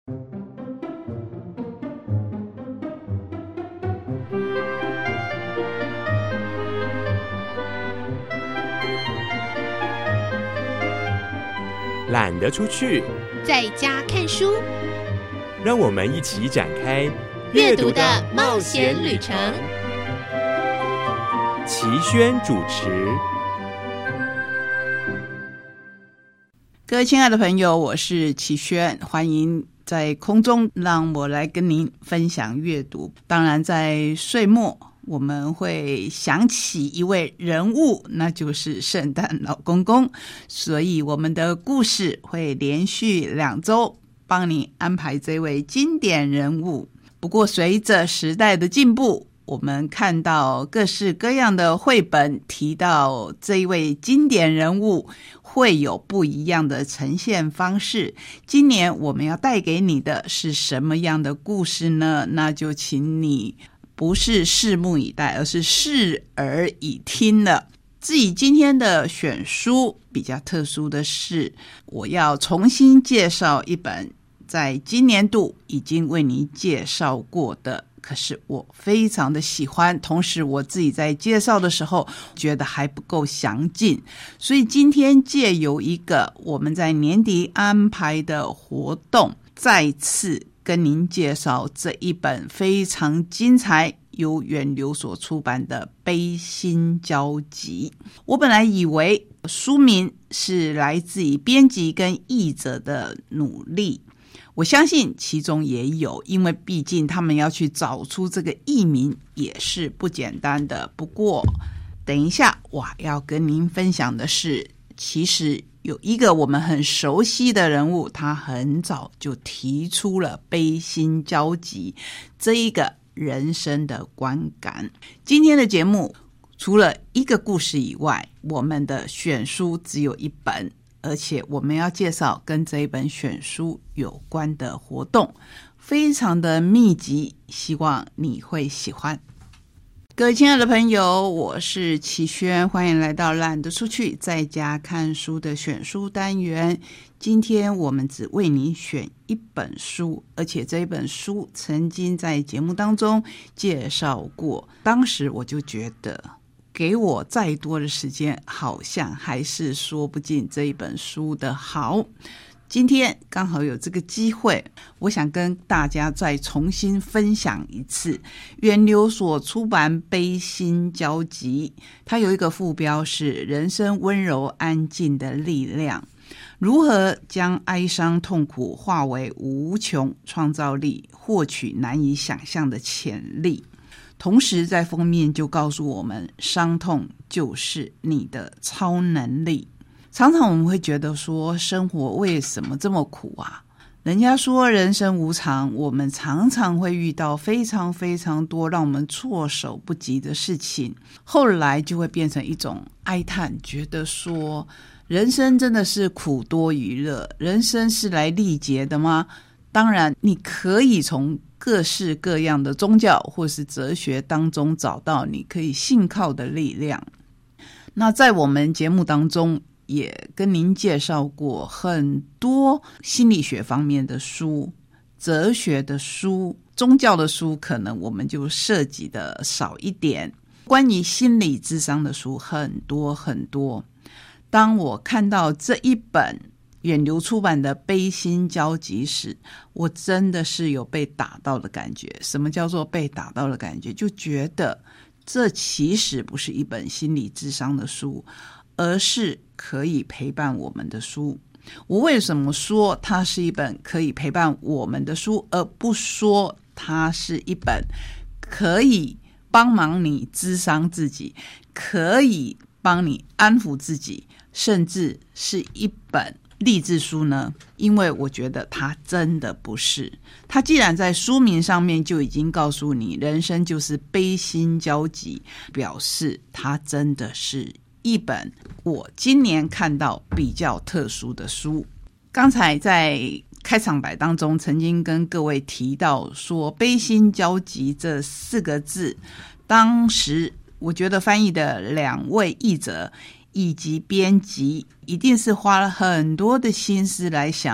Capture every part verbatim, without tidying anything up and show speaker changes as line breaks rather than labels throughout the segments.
懒得出去，
在家看书，
让我们一起展开
阅读的冒险旅程。
齐轩主持。
各位亲爱的朋友，我是齐轩，欢迎在空中让我来跟您分享阅读。当然在岁末我们会想起一位人物，那就是圣诞老公公，所以我们的故事会连续两周帮你安排这位经典人物。不过随着时代的进步，我们看到各式各样的绘本提到这一位经典人物会有不一样的呈现方式。今年我们要带给你的是什么样的故事呢？那就请你不是拭目以待，而是视而以听了。自己今天的选书比较特殊的是，我要重新介绍一本在今年度已经为你介绍过的，可是我非常的喜欢，同时我自己在介绍的时候觉得还不够详尽，所以今天借由一个我们在年底安排的活动，再次跟您介绍这一本非常精彩由远流所出版的《悲心交集》。我本来以为书名是来自于编辑跟译者的努力，我相信其中也有，因为毕竟他们要去找出这个译名也是不简单的。不过等一下我要跟您分享的是，其实有一个我们很熟悉的人物，他很早就提出了悲心交集这一个人生的观感。今天的节目除了一个故事以外，我们的选书只有一本，而且我们要介绍跟这一本选书有关的活动，非常的密集，希望你会喜欢。各位亲爱的朋友，我是齐轩，欢迎来到懒得出去在家看书的选书单元。今天我们只为你选一本书，而且这一本书曾经在节目当中介绍过，当时我就觉得给我再多的时间好像还是说不尽这一本书的好。今天刚好有这个机会，我想跟大家再重新分享一次远流所出版《悲心交集》，它有一个副标是人生温柔安静的力量，如何将哀伤痛苦化为无穷创造力，获取难以想象的潜力。同时在封面就告诉我们，伤痛就是你的超能力。常常我们会觉得说，生活为什么这么苦啊？人家说人生无常，我们常常会遇到非常非常多让我们措手不及的事情，后来就会变成一种哀叹，觉得说人生真的是苦多于乐，人生是来历劫的吗？当然你可以从各式各样的宗教或是哲学当中找到你可以信靠的力量。那在我们节目当中也跟您介绍过很多心理学方面的书，哲学的书，宗教的书可能我们就涉及的少一点，关于心理諮商的书很多很多。当我看到这一本远流出版的《悲心交集》时，我真的是有被打到的感觉。什么叫做被打到的感觉？就觉得这其实不是一本心理諮商的书，而是可以陪伴我们的书。我为什么说它是一本可以陪伴我们的书，而不说它是一本可以帮忙你諮商自己，可以帮你安抚自己，甚至是一本励志书呢？因为我觉得它真的不是。它既然在书名上面就已经告诉你人生就是悲心交集，表示它真的是一本我今年看到比较特殊的书。刚才在开场白当中曾经跟各位提到说悲心交集这四个字，当时我觉得翻译的两位译者以及编辑一定是花了很多的心思来想，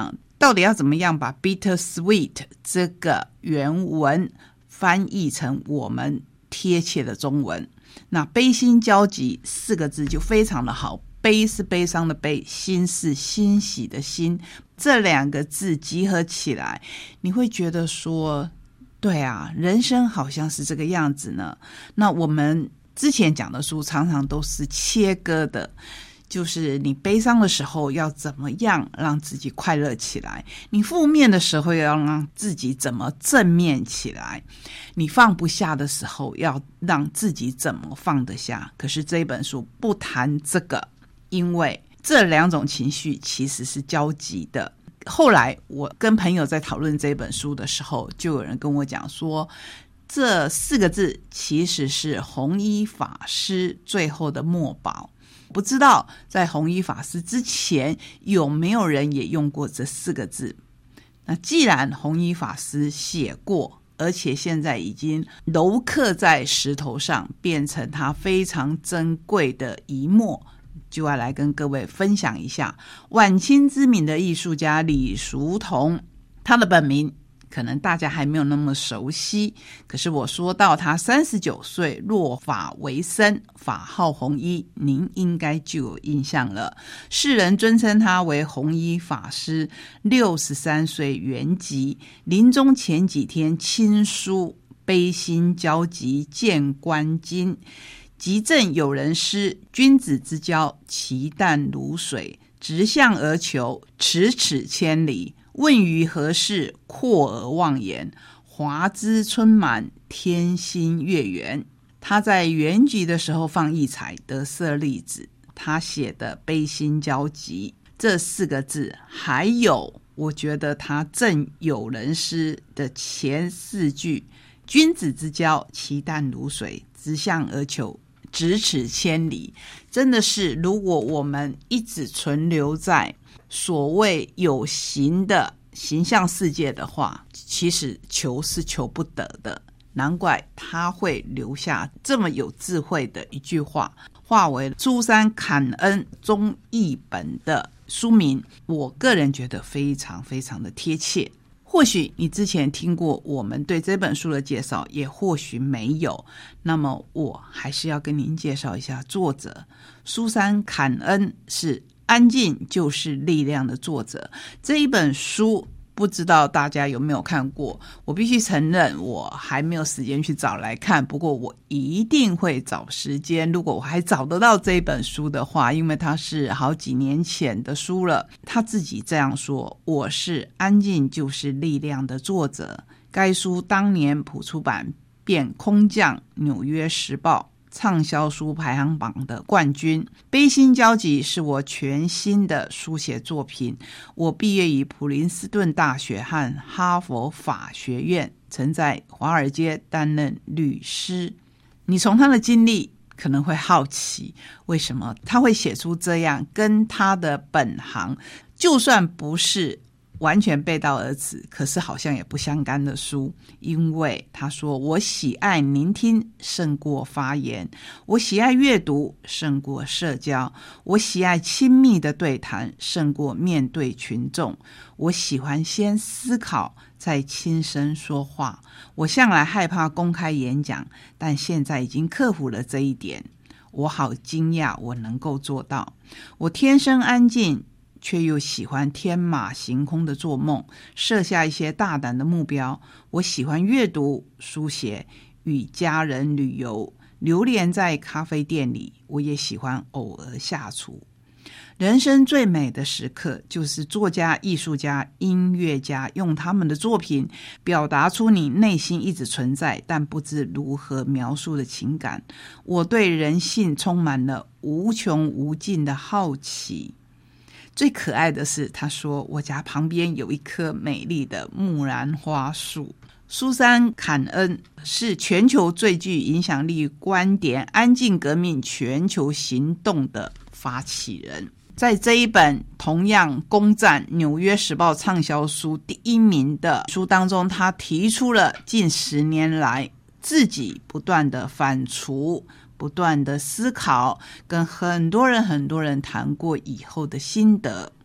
到底要怎么样把 bittersweet 这个原文翻译成我们贴切的中文？那悲心交集四个字就非常的好，悲是悲伤的悲，欣是欣喜的欣，这两个字集合起来，你会觉得说，对啊，人生好像是这个样子呢。那我们之前讲的书常常都是切割的，就是你悲伤的时候要怎么样让自己快乐起来，你负面的时候要让自己怎么正面起来，你放不下的时候要让自己怎么放得下。可是这本书不谈这个，因为这两种情绪其实是交集的。后来我跟朋友在讨论这本书的时候，就有人跟我讲说，这四个字其实是弘一法师最后的墨宝。不知道在弘一法师之前有没有人也用过这四个字。那既然弘一法师写过，而且现在已经镂刻在石头上，变成他非常珍贵的遗墨，就要来跟各位分享一下晚清知名的艺术家李叔同。他的本名可能大家还没有那么熟悉，可是我说到他三十九岁落法为僧，法号弘一，您应该就有印象了。世人尊称他为弘一法师，六十三岁圆寂，临终前几天亲书悲心交集见观经，即正有人诗，君子之交，其淡如水，直向而求，咫尺千里，问于何事，阔而忘言，华枝春满，天心月圆。他在圆寂的时候放异彩，得舍利子。他写的悲心交集这四个字，还有我觉得他正有人诗的前四句，君子之交，其淡如水，直向而求，咫尺千里，真的是如果我们一直存留在所谓有形的形象世界的话，其实求是求不得的。难怪他会留下这么有智慧的一句话，化为苏珊坎恩中译本的书名，我个人觉得非常非常的贴切。或许你之前听过我们对这本书的介绍，也或许没有，那么我还是要跟您介绍一下作者。苏珊坎恩是《安静就是力量》的作者，这一本书不知道大家有没有看过，我必须承认我还没有时间去找来看，不过我一定会找时间，如果我还找得到这一本书的话，因为它是好几年前的书了。他自己这样说，我是《安静就是力量》的作者，该书当年普出版便空降纽约时报畅销书排行榜的冠军。悲心交集是我全新的书写作品，我毕业于普林斯顿大学和哈佛法学院，曾在华尔街担任律师。你从他的经历可能会好奇，为什么他会写出这样跟他的本行就算不是完全背道而驰，可是好像也不相干的书。因为他说，我喜爱聆听胜过发言，我喜爱阅读胜过社交，我喜爱亲密的对谈胜过面对群众，我喜欢先思考再轻声说话，我向来害怕公开演讲，但现在已经克服了这一点，我好惊讶我能够做到。我天生安静，却又喜欢天马行空的做梦，设下一些大胆的目标。我喜欢阅读、书写，与家人旅游，流连在咖啡店里。我也喜欢偶尔下厨。人生最美的时刻，就是作家、艺术家、音乐家用他们的作品表达出你内心一直存在但不知如何描述的情感。我对人性充满了无穷无尽的好奇。最可爱的是，他说我家旁边有一棵美丽的木兰花树。苏珊·坎恩是全球最具影响力观点安静革命全球行动的发起人。在这一本同样攻占纽约时报畅销书第一名的书当中，他提出了近十年来自己不断的反刍，不断的思考，跟很多人很多人谈过以后的心得。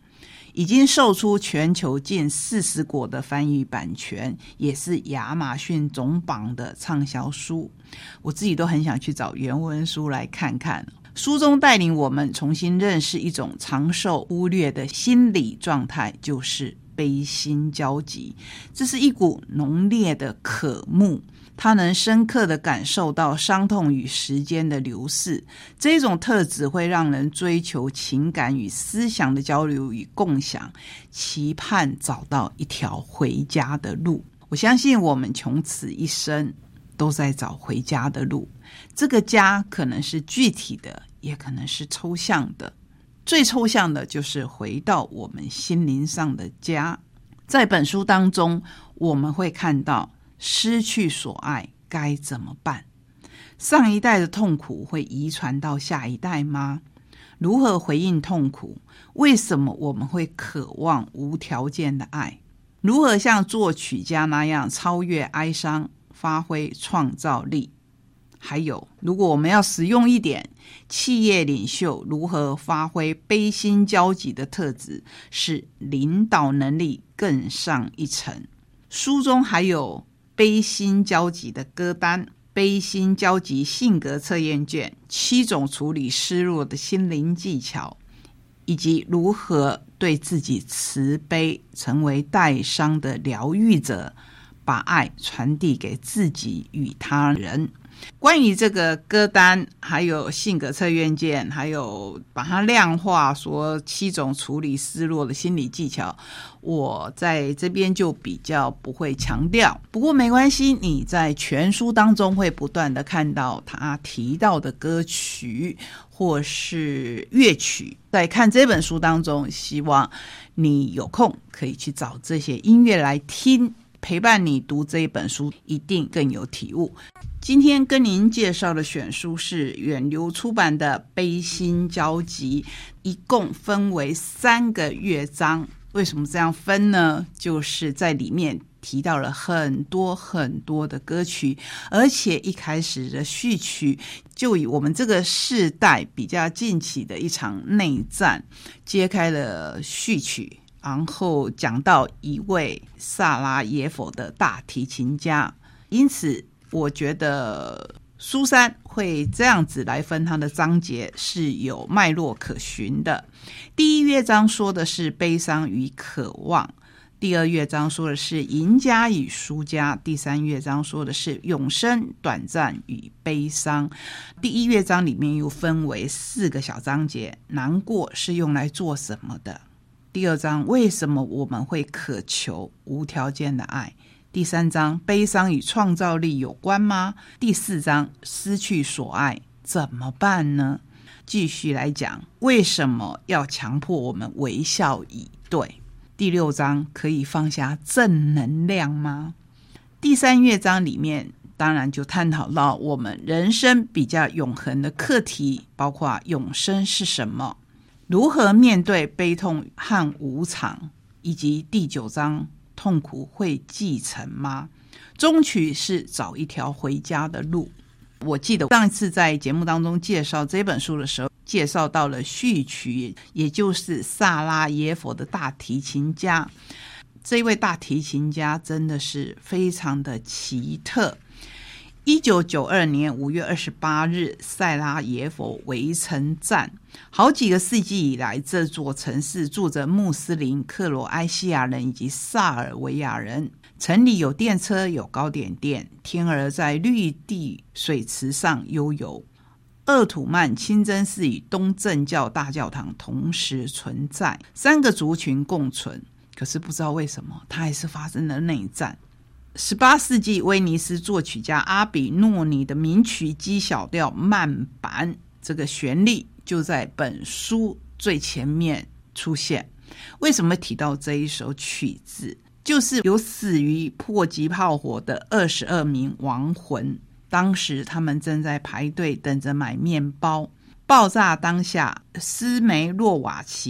已经售出全球近四十国的翻译版权，也是亚马逊总榜的畅销书。我自己都很想去找原文书来看看。书中带领我们重新认识一种常受忽略的心理状态，就是悲心交集。这是一股浓烈的渴慕，它能深刻地感受到伤痛与时间的流逝。这种特质会让人追求情感与思想的交流与共享，期盼找到一条回家的路。我相信我们穷此一生都在找回家的路。这个家可能是具体的，也可能是抽象的。最抽象的就是回到我们心灵上的家。在本书当中，我们会看到失去所爱该怎么办？上一代的痛苦会遗传到下一代吗？如何回应痛苦？为什么我们会渴望无条件的爱？如何像作曲家那样超越哀伤，发挥创造力？还有，如果我们要实用一点，企业领袖如何发挥悲心交集的特质，使领导能力更上一层？书中还有悲心交集的歌单、悲心交集性格测验卷、七种处理失落的心灵技巧，以及如何对自己慈悲，成为带伤的疗愈者，把爱传递给自己与他人。关于这个歌单，还有性格测验卷，还有把它量化，说七种处理失落的心理技巧，我在这边就比较不会强调。不过没关系，你在全书当中会不断的看到他提到的歌曲或是乐曲。在看这本书当中，希望你有空可以去找这些音乐来听，陪伴你读这一本书，一定更有体悟。今天跟您介绍的选书是远流出版的《悲心交集》，一共分为三个乐章。为什么这样分呢？就是在里面提到了很多很多的歌曲，而且一开始的序曲就以我们这个世代比较近期的一场内战揭开了序曲，然后讲到一位萨拉耶夫的大提琴家。因此我觉得苏珊会这样子来分它的章节是有脉络可循的。第一乐章说的是悲伤与渴望，第二乐章说的是赢家与输家，第三乐章说的是永生、短暂与悲伤。第一乐章里面又分为四个小章节，难过是用来做什么的？第二章，为什么我们会渴求无条件的爱？第三章，悲伤与创造力有关吗？第四章，失去所爱怎么办呢？继续来讲，为什么要强迫我们微笑以对？第六章，可以放下正能量吗？第三乐章里面当然就探讨到我们人生比较永恒的课题，包括永生是什么，如何面对悲痛和无常，以及第九章，痛苦会继承吗？终曲是找一条回家的路。我记得上一次在节目当中介绍这本书的时候，介绍到了序曲，也就是萨拉耶夫的大提琴家。这位大提琴家真的是非常的奇特。一九九二年五月二十八日，塞拉耶夫围城战。好几个世纪以来，这座城市住着穆斯林、克罗埃西亚人以及萨尔维亚人。城里有电车，有糕点店，天鹅在绿地水池上悠游。鄂图曼清真寺与东正教大教堂同时存在，三个族群共存。可是不知道为什么，它还是发生了内战。十八世纪威尼斯作曲家阿比诺尼的名曲 G 小调慢板，这个旋律就在本书最前面出现。为什么提到这一首曲子？就是有死于迫击炮火的二十二名亡魂，当时他们正在排队等着买面包。爆炸当下，斯梅洛瓦奇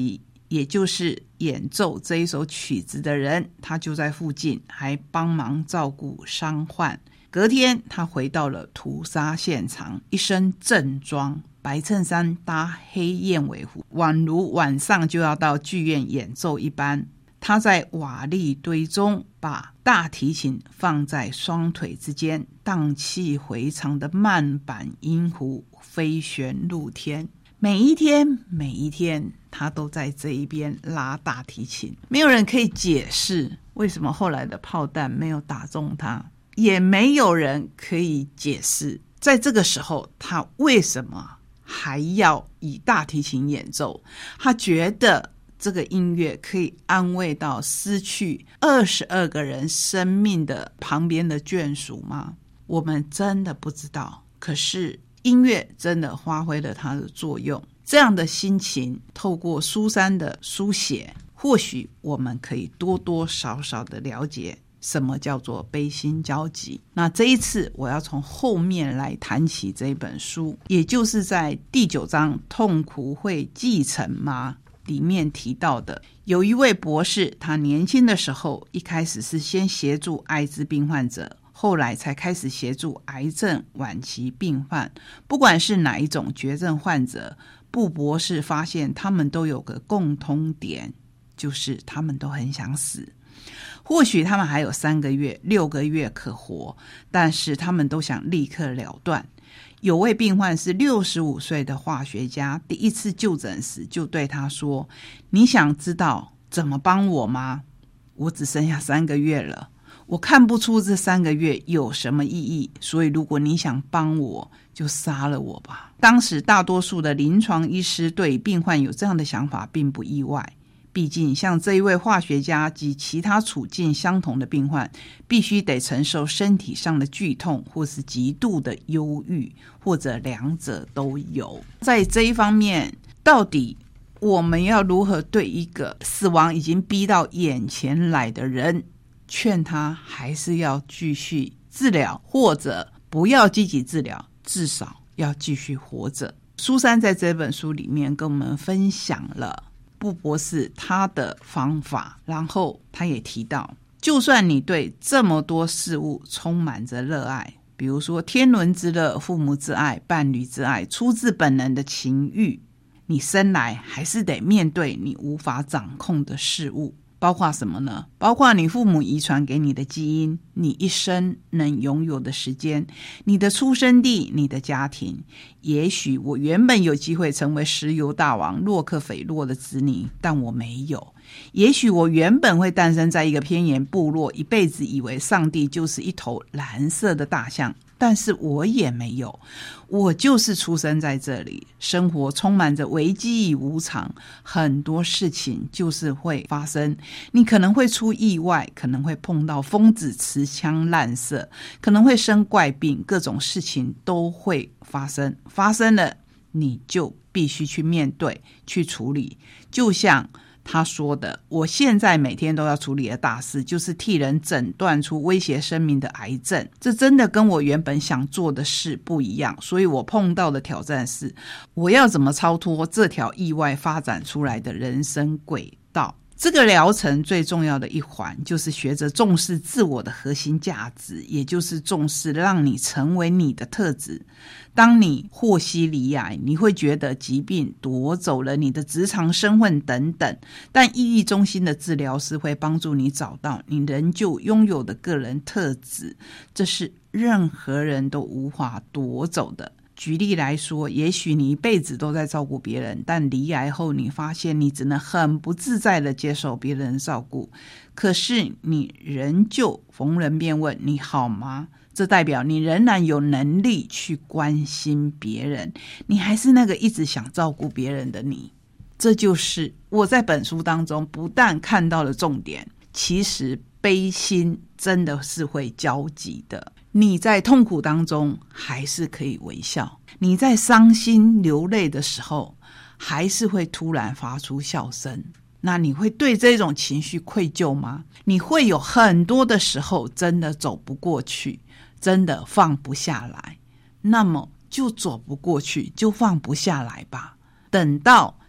也就是演奏这一首曲子的人，他就在附近，还帮忙照顾伤患。隔天他回到了屠杀现场，一身正装，白衬衫搭黑燕尾服，宛如晚上就要到剧院演奏一般。他在瓦砾堆中把大提琴放在双腿之间，荡气回肠的慢板音符飞旋入天。每一天每一天他都在这一边拉大提琴，没有人可以解释为什么后来的炮弹没有打中他，也没有人可以解释在这个时候他为什么还要以大提琴演奏。他觉得这个音乐可以安慰到失去二十二个人生命的旁边的眷属吗？我们真的不知道，可是音乐真的发挥了它的作用。这样的心情透过苏珊的书写，或许我们可以多多少少的了解什么叫做悲心交集。那这一次我要从后面来谈起这本书，也就是在第九章痛苦会继承吗里面提到的，有一位博士，他年轻的时候一开始是先协助艾滋病患者，后来才开始协助癌症晚期病患。不管是哪一种绝症患者，布博士发现他们都有个共通点，就是他们都很想死。或许他们还有三个月六个月可活，但是他们都想立刻了断。有位病患是六十五岁的化学家，第一次就诊时就对他说，你想知道怎么帮我吗？我只剩下三个月了，我看不出这三个月有什么意义，所以如果你想帮我，就杀了我吧。当时大多数的临床医师对病患有这样的想法并不意外，毕竟像这一位化学家及其他处境相同的病患，必须得承受身体上的剧痛，或是极度的忧郁，或者两者都有。在这一方面，到底我们要如何对一个死亡已经逼到眼前来的人，劝他还是要继续治疗，或者不要积极治疗，至少要继续活着。苏珊在这本书里面跟我们分享了布博士他的方法，然后他也提到，就算你对这么多事物充满着热爱，比如说天伦之乐、父母之爱、伴侣之爱、出自本能的情欲，你生来还是得面对你无法掌控的事物。包括什么呢？包括你父母遗传给你的基因，你一生能拥有的时间，你的出生地，你的家庭。也许我原本有机会成为石油大王洛克菲洛的子女，但我没有。也许我原本会诞生在一个偏远部落，一辈子以为上帝就是一头蓝色的大象，但是我也没有。我就是出生在这里，生活充满着危机与无常，很多事情就是会发生。你可能会出意外，可能会碰到疯子持枪滥射，可能会生怪病，各种事情都会发生。发生了，你就必须去面对，去处理。就像他说的，我现在每天都要处理的大事，就是替人诊断出威胁生命的癌症。这真的跟我原本想做的事不一样，所以我碰到的挑战是，我要怎么超脱这条意外发展出来的人生轨道。这个疗程最重要的一环，就是学着重视自我的核心价值，也就是重视让你成为你的特质。当你获悉罹癌，你会觉得疾病夺走了你的职场身份等等，但意义中心的治疗师会帮助你找到你仍旧拥有的个人特质，这是任何人都无法夺走的。举例来说，也许你一辈子都在照顾别人，但罹癌后你发现你只能很不自在地接受别人的照顾，可是你仍旧逢人便问你好吗？这代表你仍然有能力去关心别人，你还是那个一直想照顾别人的你。这就是我在本书当中不但看到了重点，其实悲心真的是会交集的。你在痛苦当中还是可以微笑，你在伤心流泪的时候还是会突然发出笑声。那你会对这种情绪愧疚吗？你会有很多的时候真的走不过去，真的放不下来，那么就走不过去，就放不下来吧。等到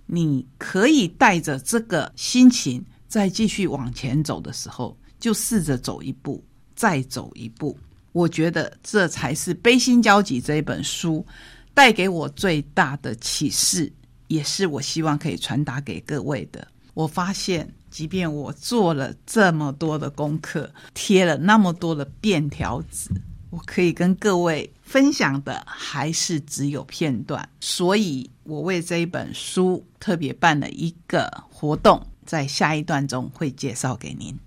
你可以带着这个心情再继续往前走的时候，就试着走一步，再走一步。我觉得这才是《悲心交集》这一本书带给我最大的启示，也是我希望可以传达给各位的。我发现即便我做了这么多的功课，贴了那么多的便条纸，我可以跟各位分享的还是只有片段，所以我为这一本书特别办了一个活动，在下一段中会介绍给您。